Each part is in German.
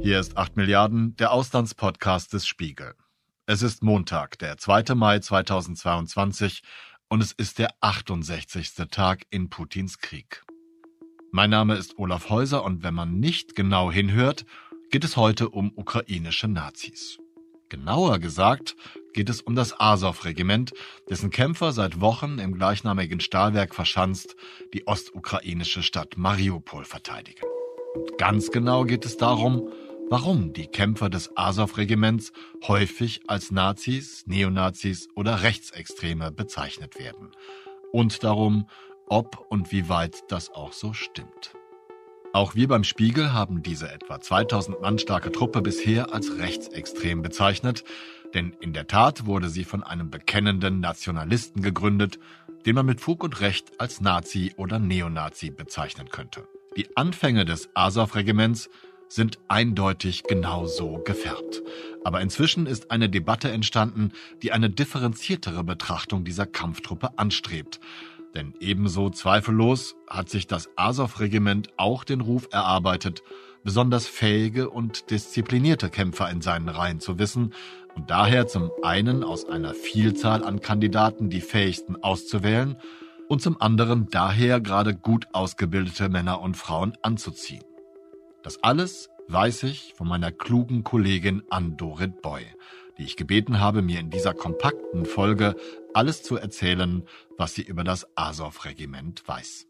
Hier ist 8 Milliarden, der Auslandspodcast des Spiegel. Es ist Montag, der 2. Mai 2022 und es ist der 68. Tag in Putins Krieg. Mein Name ist Olaf Häuser und wenn man nicht genau hinhört, geht es heute um ukrainische Nazis. Genauer gesagt geht es um das Asow-Regiment, dessen Kämpfer seit Wochen im gleichnamigen Stahlwerk verschanzt die ostukrainische Stadt Mariupol verteidigen. Und ganz genau geht es darum, warum die Kämpfer des Asow-Regiments häufig als Nazis, Neonazis oder Rechtsextreme bezeichnet werden. Und darum, ob und wie weit das auch so stimmt. Auch wir beim Spiegel haben diese etwa 2000 Mann starke Truppe bisher als rechtsextrem bezeichnet, denn in der Tat wurde sie von einem bekennenden Nationalisten gegründet, den man mit Fug und Recht als Nazi oder Neonazi bezeichnen könnte. Die Anfänge des Asow-Regiments sind eindeutig genau so gefärbt. Aber inzwischen ist eine Debatte entstanden, die eine differenziertere Betrachtung dieser Kampftruppe anstrebt. Denn ebenso zweifellos hat sich das Asow-Regiment auch den Ruf erarbeitet, besonders fähige und disziplinierte Kämpfer in seinen Reihen zu wissen und daher zum einen aus einer Vielzahl an Kandidaten die fähigsten auszuwählen und zum anderen daher gerade gut ausgebildete Männer und Frauen anzuziehen. Das alles weiß ich von meiner klugen Kollegin Ann-Dorit Boy, die ich gebeten habe, mir in dieser kompakten Folge alles zu erzählen, was sie über das Asow-Regiment weiß.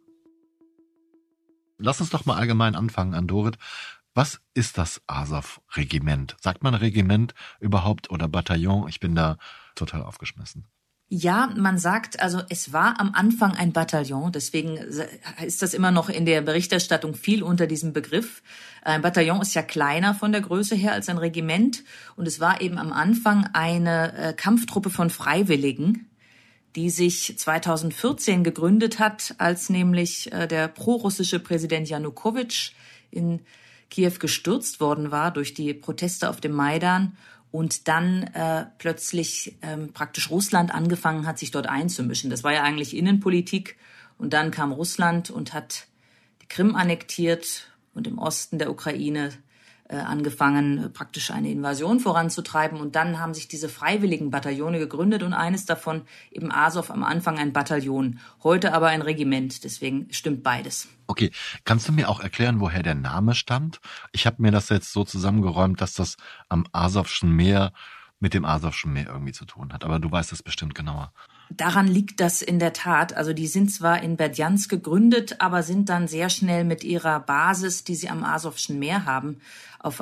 Lass uns doch mal allgemein anfangen, Ann-Dorit. Was ist das Asow-Regiment? Sagt man Regiment überhaupt oder Bataillon? Ich bin da total aufgeschmissen. Ja, man sagt, also es war am Anfang ein Bataillon, deswegen ist das immer noch in der Berichterstattung viel unter diesem Begriff. Ein Bataillon ist ja kleiner von der Größe her als ein Regiment und es war eben am Anfang eine Kampftruppe von Freiwilligen, die sich 2014 gegründet hat, als nämlich der prorussische Präsident Janukowitsch in Kiew gestürzt worden war durch die Proteste auf dem Maidan. Und dann plötzlich praktisch Russland angefangen hat, sich dort einzumischen. Das war ja eigentlich Innenpolitik. Und dann kam Russland und hat die Krim annektiert und im Osten der Ukraine angefangen, praktisch eine Invasion voranzutreiben. Und dann haben sich diese freiwilligen Bataillone gegründet und eines davon eben Asow, am Anfang ein Bataillon, heute aber ein Regiment. Deswegen stimmt beides. Okay, kannst du mir auch erklären, woher der Name stammt? Ich habe mir das jetzt so zusammengeräumt, dass das am Asowschen Meer mit dem Asowschen Meer irgendwie zu tun hat. Aber du weißt das bestimmt genauer. Daran liegt das in der Tat. Also die sind zwar in Berdjansk gegründet, aber sind dann sehr schnell mit ihrer Basis, die sie am Asowschen Meer haben, auf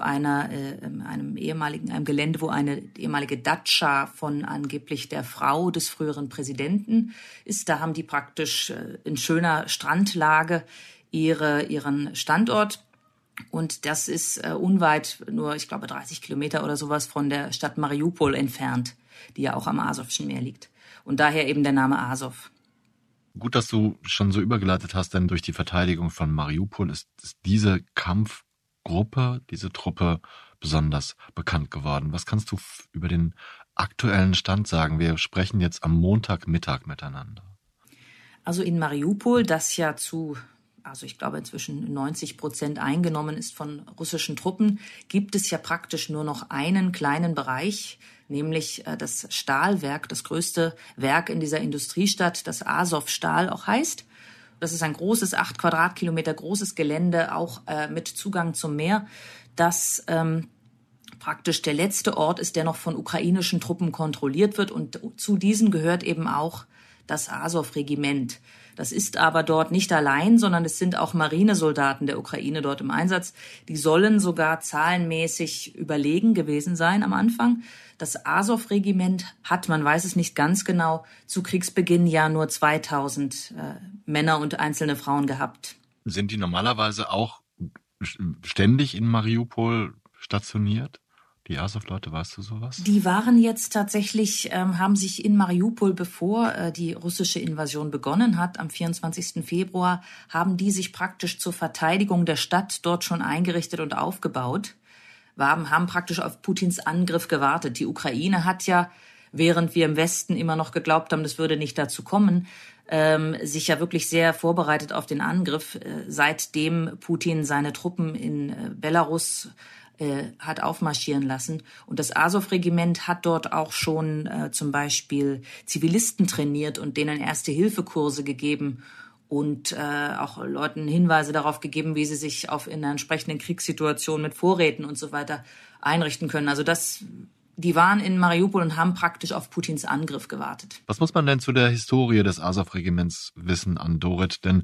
einem Gelände, wo eine ehemalige Datscha von angeblich der Frau des früheren Präsidenten ist. Da haben die praktisch in schöner Strandlage ihren Standort. Und das ist unweit, nur ich glaube 30 Kilometer oder sowas von der Stadt Mariupol entfernt, die ja auch am Asowschen Meer liegt. Und daher eben der Name Asow. Gut, dass du schon so übergeleitet hast, denn durch die Verteidigung von Mariupol ist diese Kampfgruppe, diese Truppe besonders bekannt geworden. Was kannst du über den aktuellen Stand sagen? Wir sprechen jetzt am Montagmittag miteinander. Also in Mariupol, das ja ich glaube inzwischen 90% eingenommen ist von russischen Truppen, gibt es ja praktisch nur noch einen kleinen Bereich, nämlich das Stahlwerk, das größte Werk in dieser Industriestadt, das Azovstal auch heißt. Das ist ein großes, 8 Quadratkilometer großes Gelände, auch mit Zugang zum Meer, das praktisch der letzte Ort ist, der noch von ukrainischen Truppen kontrolliert wird. Und zu diesen gehört eben auch das Asow-Regiment. Das ist aber dort nicht allein, sondern es sind auch Marinesoldaten der Ukraine dort im Einsatz. Die sollen sogar zahlenmäßig überlegen gewesen sein am Anfang. Das Asow-Regiment hat, man weiß es nicht ganz genau, zu Kriegsbeginn ja nur 2000 Männer und einzelne Frauen gehabt. Sind die normalerweise auch ständig in Mariupol stationiert? Die Asow-Leute, weißt du sowas? Die waren jetzt tatsächlich, haben sich in Mariupol, bevor die russische Invasion begonnen hat, am 24. Februar, haben die sich praktisch zur Verteidigung der Stadt dort schon eingerichtet und aufgebaut, haben praktisch auf Putins Angriff gewartet. Die Ukraine hat ja, während wir im Westen immer noch geglaubt haben, das würde nicht dazu kommen, sich ja wirklich sehr vorbereitet auf den Angriff, seitdem Putin seine Truppen in Belarus hat aufmarschieren lassen. Und das Asow-Regiment hat dort auch schon zum Beispiel Zivilisten trainiert und denen Erste-Hilfe-Kurse gegeben und auch Leuten Hinweise darauf gegeben, wie sie sich in einer entsprechenden Kriegssituation mit Vorräten und so weiter einrichten können. Also die waren in Mariupol und haben praktisch auf Putins Angriff gewartet. Was muss man denn zu der Historie des Asow-Regiments wissen an Dorit? Denn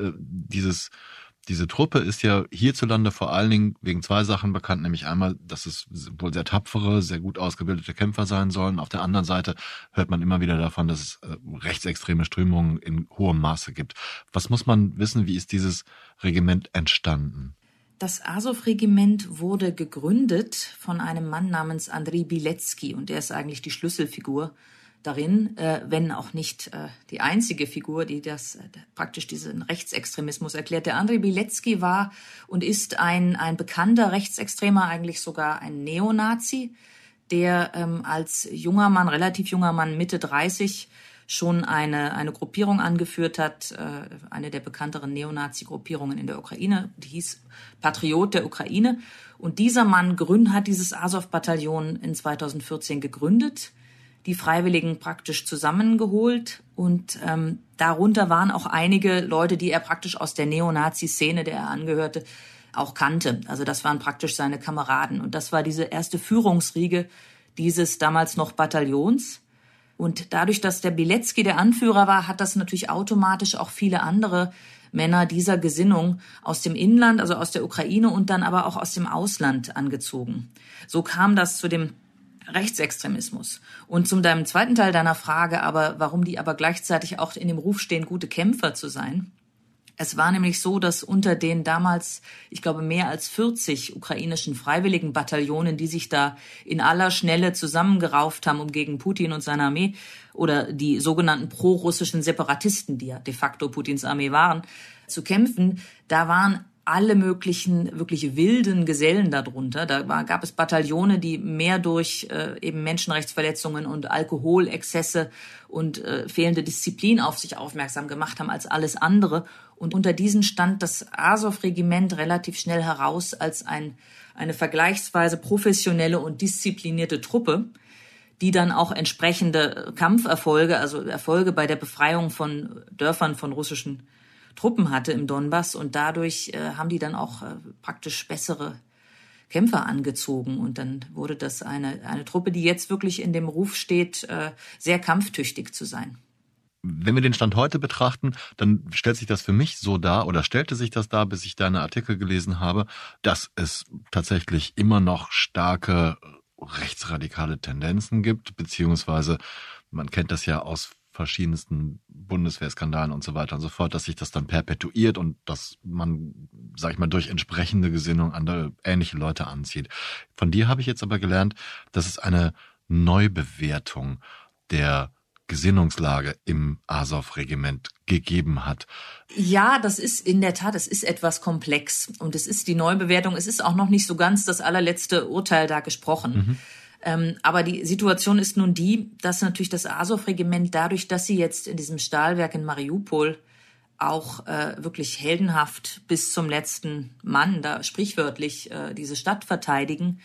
diese Truppe ist ja hierzulande vor allen Dingen wegen zwei Sachen bekannt, nämlich einmal, dass es wohl sehr tapfere, sehr gut ausgebildete Kämpfer sein sollen. Auf der anderen Seite hört man immer wieder davon, dass es rechtsextreme Strömungen in hohem Maße gibt. Was muss man wissen, wie ist dieses Regiment entstanden? Das Asow-Regiment wurde gegründet von einem Mann namens Andrei Bilecki und der ist eigentlich die Schlüsselfigur darin, wenn auch nicht die einzige Figur, die praktisch diesen Rechtsextremismus erklärt. Der Andrei Bilecki war und ist ein bekannter Rechtsextremer, eigentlich sogar ein Neonazi, der als relativ junger Mann, Mitte 30, schon eine Gruppierung angeführt hat, eine der bekannteren Neonazi-Gruppierungen in der Ukraine, die hieß Patriot der Ukraine. Und dieser Mann hat dieses Asow-Bataillon in 2014 gegründet, die Freiwilligen praktisch zusammengeholt und darunter waren auch einige Leute, die er praktisch aus der Neonazi-Szene, der er angehörte, auch kannte. Also das waren praktisch seine Kameraden und das war diese erste Führungsriege dieses damals noch Bataillons. Und dadurch, dass der Bilecki der Anführer war, hat das natürlich automatisch auch viele andere Männer dieser Gesinnung aus dem Inland, also aus der Ukraine und dann aber auch aus dem Ausland angezogen. So kam das zu dem Rechtsextremismus. Und zu deinem zweiten Teil deiner Frage, warum die aber gleichzeitig auch in dem Ruf stehen, gute Kämpfer zu sein. Es war nämlich so, dass unter den damals, ich glaube, mehr als 40 ukrainischen Freiwilligenbataillonen, die sich da in aller Schnelle zusammengerauft haben, um gegen Putin und seine Armee oder die sogenannten pro-russischen Separatisten, die ja de facto Putins Armee waren, zu kämpfen, da waren alle möglichen wirklich wilden Gesellen darunter. Gab es Bataillone, die mehr durch eben Menschenrechtsverletzungen und Alkoholexzesse und fehlende Disziplin auf sich aufmerksam gemacht haben als alles andere. Und unter diesen stand das Asow-Regiment relativ schnell heraus als eine vergleichsweise professionelle und disziplinierte Truppe, die dann auch entsprechende Kampferfolge, also Erfolge bei der Befreiung von Dörfern von russischen Truppen hatte im Donbass und dadurch haben die dann auch praktisch bessere Kämpfer angezogen und dann wurde das eine Truppe, die jetzt wirklich in dem Ruf steht, sehr kampftüchtig zu sein. Wenn wir den Stand heute betrachten, dann stellt sich das für mich so dar oder stellte sich das dar, bis ich deine Artikel gelesen habe, dass es tatsächlich immer noch starke rechtsradikale Tendenzen gibt, beziehungsweise man kennt das ja aus verschiedensten Bundeswehrskandalen und so weiter und so fort, dass sich das dann perpetuiert und dass man, sag ich mal, durch entsprechende Gesinnung andere ähnliche Leute anzieht. Von dir habe ich jetzt aber gelernt, dass es eine Neubewertung der Gesinnungslage im Asow-Regiment gegeben hat. Ja, das ist in der Tat, es ist etwas komplex und es ist die Neubewertung, es ist auch noch nicht so ganz das allerletzte Urteil da gesprochen. Aber die Situation ist nun die, dass natürlich das Asow-Regiment dadurch, dass sie jetzt in diesem Stahlwerk in Mariupol auch wirklich heldenhaft bis zum letzten Mann da sprichwörtlich diese Stadt verteidigen,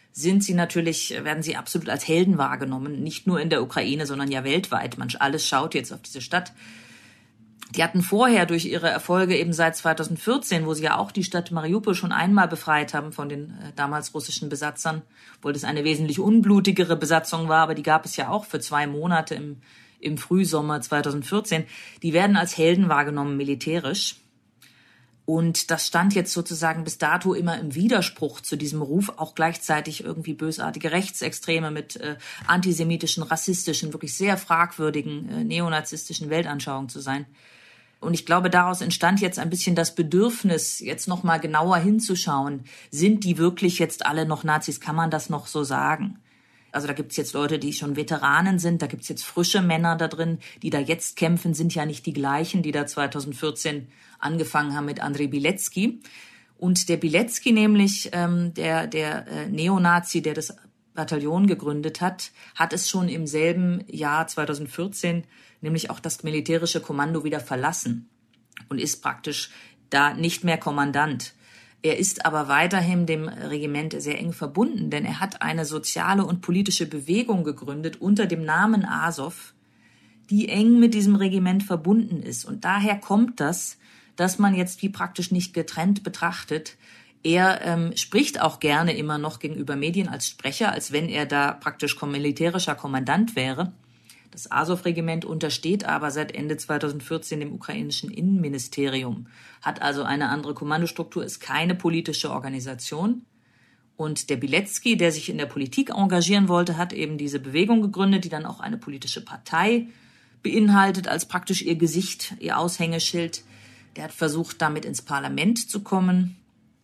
werden sie absolut als Helden wahrgenommen. Nicht nur in der Ukraine, sondern ja weltweit. Alles schaut jetzt auf diese Stadt. Die hatten vorher durch ihre Erfolge eben seit 2014, wo sie ja auch die Stadt Mariupol schon einmal befreit haben von den damals russischen Besatzern, obwohl das eine wesentlich unblutigere Besatzung war, aber die gab es ja auch für 2 Monate im Frühsommer 2014. Die werden als Helden wahrgenommen militärisch. Und das stand jetzt sozusagen bis dato immer im Widerspruch zu diesem Ruf, auch gleichzeitig irgendwie bösartige Rechtsextreme mit antisemitischen, rassistischen, wirklich sehr fragwürdigen neonazistischen Weltanschauungen zu sein. Und ich glaube, daraus entstand jetzt ein bisschen das Bedürfnis, jetzt noch mal genauer hinzuschauen. Sind die wirklich jetzt alle noch Nazis? Kann man das noch so sagen? Also da gibt's jetzt Leute, die schon Veteranen sind, da gibt's jetzt frische Männer da drin, die da jetzt kämpfen, sind ja nicht die gleichen, die da 2014 angefangen haben mit Andrei Bilecki. Und der Bilecki nämlich, der Neonazi, der das Bataillon gegründet hat es schon im selben Jahr 2014 nämlich auch das militärische Kommando wieder verlassen und ist praktisch da nicht mehr Kommandant. Er ist aber weiterhin dem Regiment sehr eng verbunden, denn er hat eine soziale und politische Bewegung gegründet unter dem Namen Azov, die eng mit diesem Regiment verbunden ist. Und daher kommt das, dass man jetzt wie praktisch nicht getrennt betrachtet. Er spricht auch gerne immer noch gegenüber Medien als Sprecher, als wenn er da praktisch militärischer Kommandant wäre. Das Azov-Regiment untersteht aber seit Ende 2014 dem ukrainischen Innenministerium, hat also eine andere Kommandostruktur, ist keine politische Organisation. Und der Bielecki, der sich in der Politik engagieren wollte, hat eben diese Bewegung gegründet, die dann auch eine politische Partei beinhaltet, als praktisch ihr Gesicht, ihr Aushängeschild. Der hat versucht, damit ins Parlament zu kommen.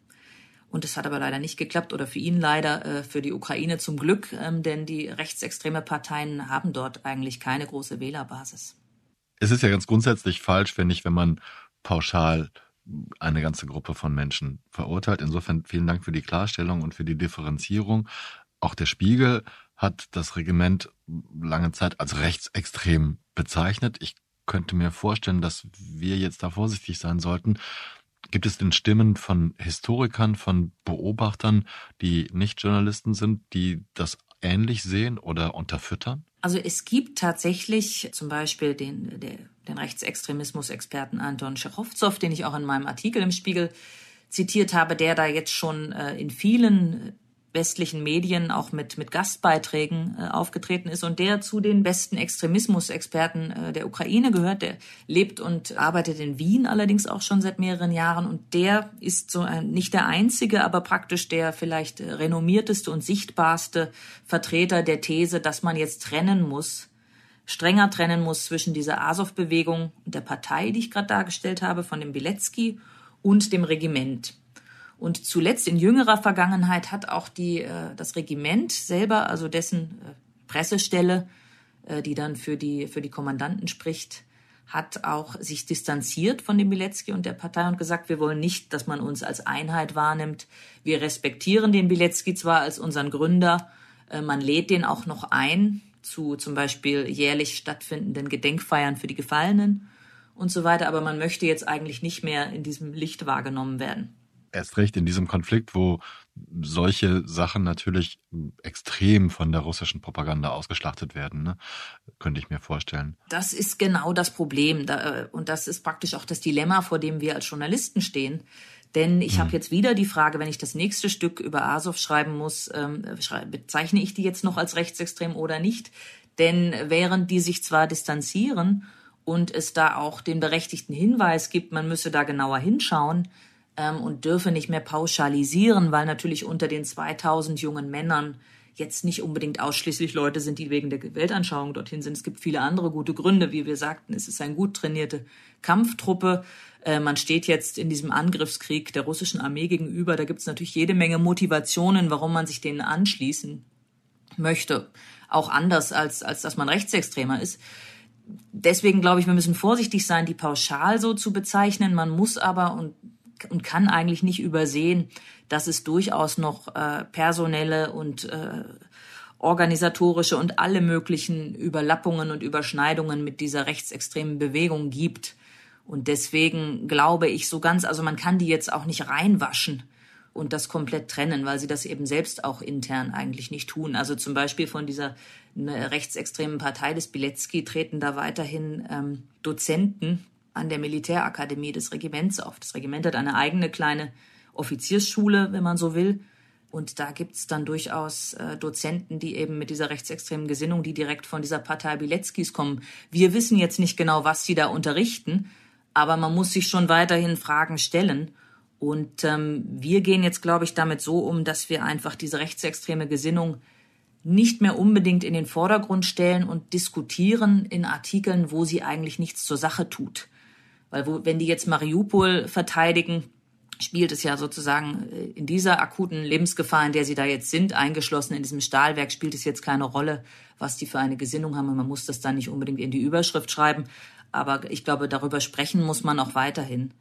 Und es hat aber leider nicht geklappt, oder für ihn leider, für die Ukraine zum Glück, denn die rechtsextreme Parteien haben dort eigentlich keine große Wählerbasis. Es ist ja ganz grundsätzlich falsch, finde ich, wenn man pauschal eine ganze Gruppe von Menschen verurteilt. Insofern vielen Dank für die Klarstellung und für die Differenzierung. Auch der Spiegel hat das Regiment lange Zeit als rechtsextrem bezeichnet. Ich könnte mir vorstellen, dass wir jetzt da vorsichtig sein sollten. Gibt es denn Stimmen von Historikern, von Beobachtern, die nicht Journalisten sind, die das ähnlich sehen oder unterfüttern? Also es gibt tatsächlich zum Beispiel den Rechtsextremismus-Experten Anton Tschechowzow, den ich auch in meinem Artikel im Spiegel zitiert habe, der da jetzt schon in vielen westlichen Medien auch mit Gastbeiträgen aufgetreten ist und der zu den besten Extremismusexperten der Ukraine gehört. Der lebt und arbeitet in Wien allerdings auch schon seit mehreren Jahren und der ist so nicht der einzige, aber praktisch der vielleicht renommierteste und sichtbarste Vertreter der These, dass man jetzt strenger trennen muss zwischen dieser Azov-Bewegung und der Partei, die ich gerade dargestellt habe, von dem Bielecki und dem Regiment. Und zuletzt in jüngerer Vergangenheit hat auch das Regiment selber, also dessen Pressestelle, die dann für die Kommandanten spricht, hat auch sich distanziert von dem Bielecki und der Partei und gesagt, wir wollen nicht, dass man uns als Einheit wahrnimmt. Wir respektieren den Bielecki zwar als unseren Gründer, man lädt den auch noch ein zu zum Beispiel jährlich stattfindenden Gedenkfeiern für die Gefallenen und so weiter, aber man möchte jetzt eigentlich nicht mehr in diesem Licht wahrgenommen werden. Erst recht in diesem Konflikt, wo solche Sachen natürlich extrem von der russischen Propaganda ausgeschlachtet werden, ne? Könnte ich mir vorstellen. Das ist genau das Problem. Und das ist praktisch auch das Dilemma, vor dem wir als Journalisten stehen. Denn ich habe jetzt wieder die Frage, wenn ich das nächste Stück über Azov schreiben muss, bezeichne ich die jetzt noch als rechtsextrem oder nicht? Denn während die sich zwar distanzieren und es da auch den berechtigten Hinweis gibt, man müsse da genauer hinschauen, und dürfe nicht mehr pauschalisieren, weil natürlich unter den 2000 jungen Männern jetzt nicht unbedingt ausschließlich Leute sind, die wegen der Weltanschauung dorthin sind. Es gibt viele andere gute Gründe, wie wir sagten. Es ist eine gut trainierte Kampftruppe. Man steht jetzt in diesem Angriffskrieg der russischen Armee gegenüber. Da gibt es natürlich jede Menge Motivationen, warum man sich denen anschließen möchte. Auch anders, als dass man Rechtsextremer ist. Deswegen glaube ich, wir müssen vorsichtig sein, die pauschal so zu bezeichnen. Man muss aber und kann eigentlich nicht übersehen, dass es durchaus noch personelle und organisatorische und alle möglichen Überlappungen und Überschneidungen mit dieser rechtsextremen Bewegung gibt. Und deswegen glaube ich also man kann die jetzt auch nicht reinwaschen und das komplett trennen, weil sie das eben selbst auch intern eigentlich nicht tun. Also zum Beispiel von dieser rechtsextremen Partei des Bielecki treten da weiterhin Dozenten an der Militärakademie des Regiments auf. Das Regiment hat eine eigene kleine Offiziersschule, wenn man so will. Und da gibt's dann durchaus Dozenten, die eben mit dieser rechtsextremen Gesinnung, die direkt von dieser Partei Bielecki's kommen. Wir wissen jetzt nicht genau, was sie da unterrichten, aber man muss sich schon weiterhin Fragen stellen. Und wir gehen jetzt, glaube ich, damit so um, dass wir einfach diese rechtsextreme Gesinnung nicht mehr unbedingt in den Vordergrund stellen und diskutieren in Artikeln, wo sie eigentlich nichts zur Sache tut. Weil wenn die jetzt Mariupol verteidigen, spielt es ja sozusagen in dieser akuten Lebensgefahr, in der sie da jetzt sind, eingeschlossen in diesem Stahlwerk, spielt es jetzt keine Rolle, was die für eine Gesinnung haben. Und man muss das dann nicht unbedingt in die Überschrift schreiben. Aber ich glaube, darüber sprechen muss man auch weiterhin.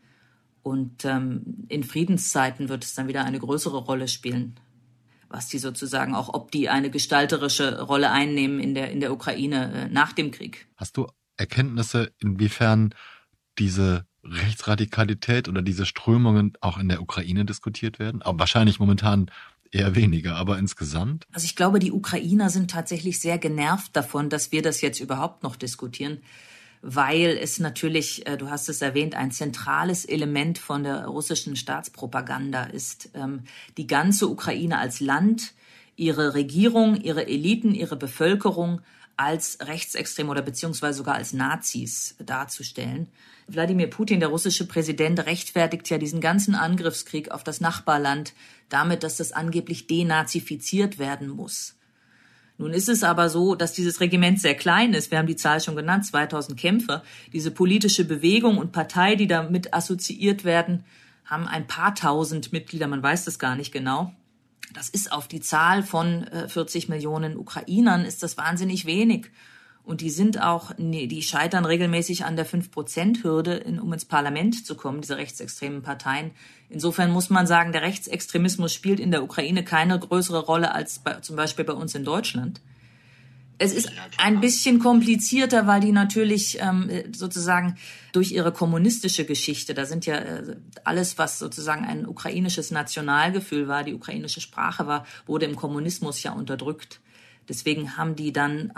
Und in Friedenszeiten wird es dann wieder eine größere Rolle spielen, was die sozusagen auch, ob die eine gestalterische Rolle einnehmen in der Ukraine nach dem Krieg. Hast du Erkenntnisse, inwiefern diese Rechtsradikalität oder diese Strömungen auch in der Ukraine diskutiert werden? Aber wahrscheinlich momentan eher weniger, aber insgesamt? Also ich glaube, die Ukrainer sind tatsächlich sehr genervt davon, dass wir das jetzt überhaupt noch diskutieren, weil es natürlich, du hast es erwähnt, ein zentrales Element von der russischen Staatspropaganda ist, die ganze Ukraine als Land, ihre Regierung, ihre Eliten, ihre Bevölkerung als rechtsextrem oder beziehungsweise sogar als Nazis darzustellen. Wladimir Putin, der russische Präsident, rechtfertigt ja diesen ganzen Angriffskrieg auf das Nachbarland damit, dass das angeblich denazifiziert werden muss. Nun ist es aber so, dass dieses Regiment sehr klein ist. Wir haben die Zahl schon genannt, 2000 Kämpfer. Diese politische Bewegung und Partei, die damit assoziiert werden, haben ein paar tausend Mitglieder, man weiß das gar nicht genau. Das ist auf die Zahl von 40 Millionen Ukrainern, ist das wahnsinnig wenig. Und die scheitern regelmäßig an der 5%-Hürde, um ins Parlament zu kommen, diese rechtsextremen Parteien. Insofern muss man sagen, der Rechtsextremismus spielt in der Ukraine keine größere Rolle als zum Beispiel bei uns in Deutschland. Es ist ein bisschen komplizierter, weil die natürlich sozusagen durch ihre kommunistische Geschichte, da sind ja alles, was sozusagen ein ukrainisches Nationalgefühl war, die ukrainische Sprache war, wurde im Kommunismus ja unterdrückt. Deswegen haben die dann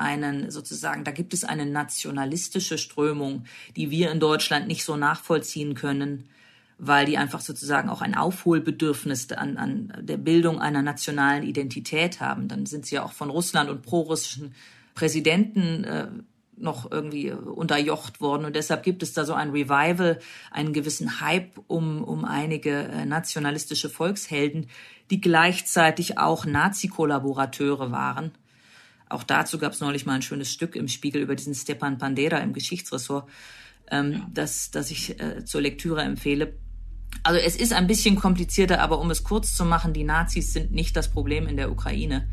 da gibt es eine nationalistische Strömung, die wir in Deutschland nicht so nachvollziehen können, weil die einfach sozusagen auch ein Aufholbedürfnis an der Bildung einer nationalen Identität haben. Dann sind sie ja auch von Russland und prorussischen Präsidenten noch irgendwie unterjocht worden. Und deshalb gibt es da so ein Revival, einen gewissen Hype um einige nationalistische Volkshelden, die gleichzeitig auch Nazi-Kollaborateure waren. Auch dazu gab es neulich mal ein schönes Stück im Spiegel über diesen Stepan Bandera im Geschichtsressort, das ich zur Lektüre empfehle. Also es ist ein bisschen komplizierter, aber um es kurz zu machen, die Nazis sind nicht das Problem in der Ukraine.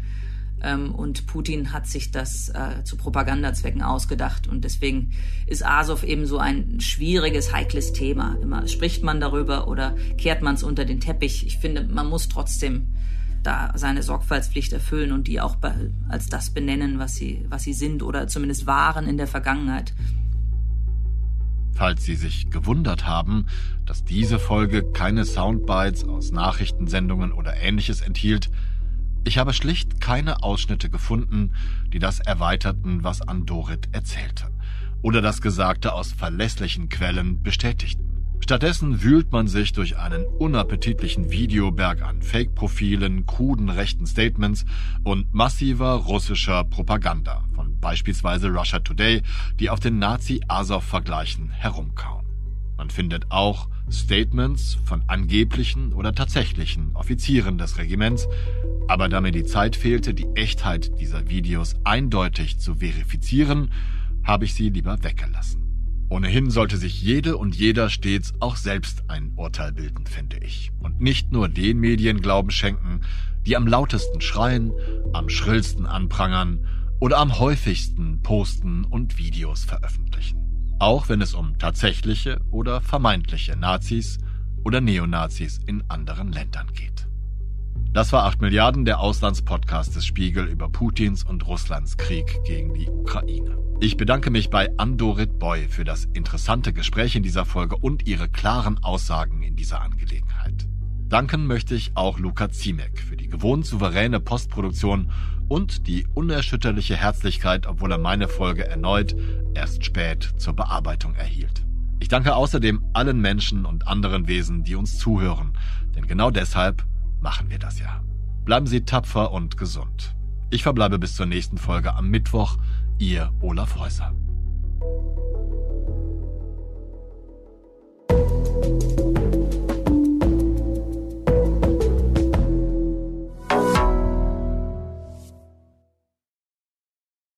Und Putin hat sich das zu Propagandazwecken ausgedacht. Und deswegen ist Asow eben so ein schwieriges, heikles Thema. Immer spricht man darüber oder kehrt man es unter den Teppich. Ich finde, man muss trotzdem da seine Sorgfaltspflicht erfüllen und die auch als das benennen, was sie sind oder zumindest waren in der Vergangenheit. Falls Sie sich gewundert haben, dass diese Folge keine Soundbites aus Nachrichtensendungen oder Ähnliches enthielt, ich habe schlicht keine Ausschnitte gefunden, die das erweiterten, was Andorit erzählte, oder das Gesagte aus verlässlichen Quellen bestätigten. Stattdessen wühlt man sich durch einen unappetitlichen Videoberg an Fake-Profilen, kruden rechten Statements und massiver russischer Propaganda von beispielsweise Russia Today, die auf den Nazi-Asow-Vergleichen herumkauen. Man findet auch Statements von angeblichen oder tatsächlichen Offizieren des Regiments, aber da mir die Zeit fehlte, die Echtheit dieser Videos eindeutig zu verifizieren, habe ich sie lieber weggelassen. Ohnehin sollte sich jede und jeder stets auch selbst ein Urteil bilden, finde ich. Und nicht nur den Medien Glauben schenken, die am lautesten schreien, am schrillsten anprangern oder am häufigsten posten und Videos veröffentlichen. Auch wenn es um tatsächliche oder vermeintliche Nazis oder Neonazis in anderen Ländern geht. Das war 8 Milliarden, der Auslandspodcast des Spiegel über Putins und Russlands Krieg gegen die Ukraine. Ich bedanke mich bei Andorit Boy für das interessante Gespräch in dieser Folge und ihre klaren Aussagen in dieser Angelegenheit. Danken möchte ich auch Luca Ziemek für die gewohnt souveräne Postproduktion und die unerschütterliche Herzlichkeit, obwohl er meine Folge erneut erst spät zur Bearbeitung erhielt. Ich danke außerdem allen Menschen und anderen Wesen, die uns zuhören, denn genau deshalb machen wir das ja. Bleiben Sie tapfer und gesund. Ich verbleibe bis zur nächsten Folge am Mittwoch. Ihr Olaf Häuser.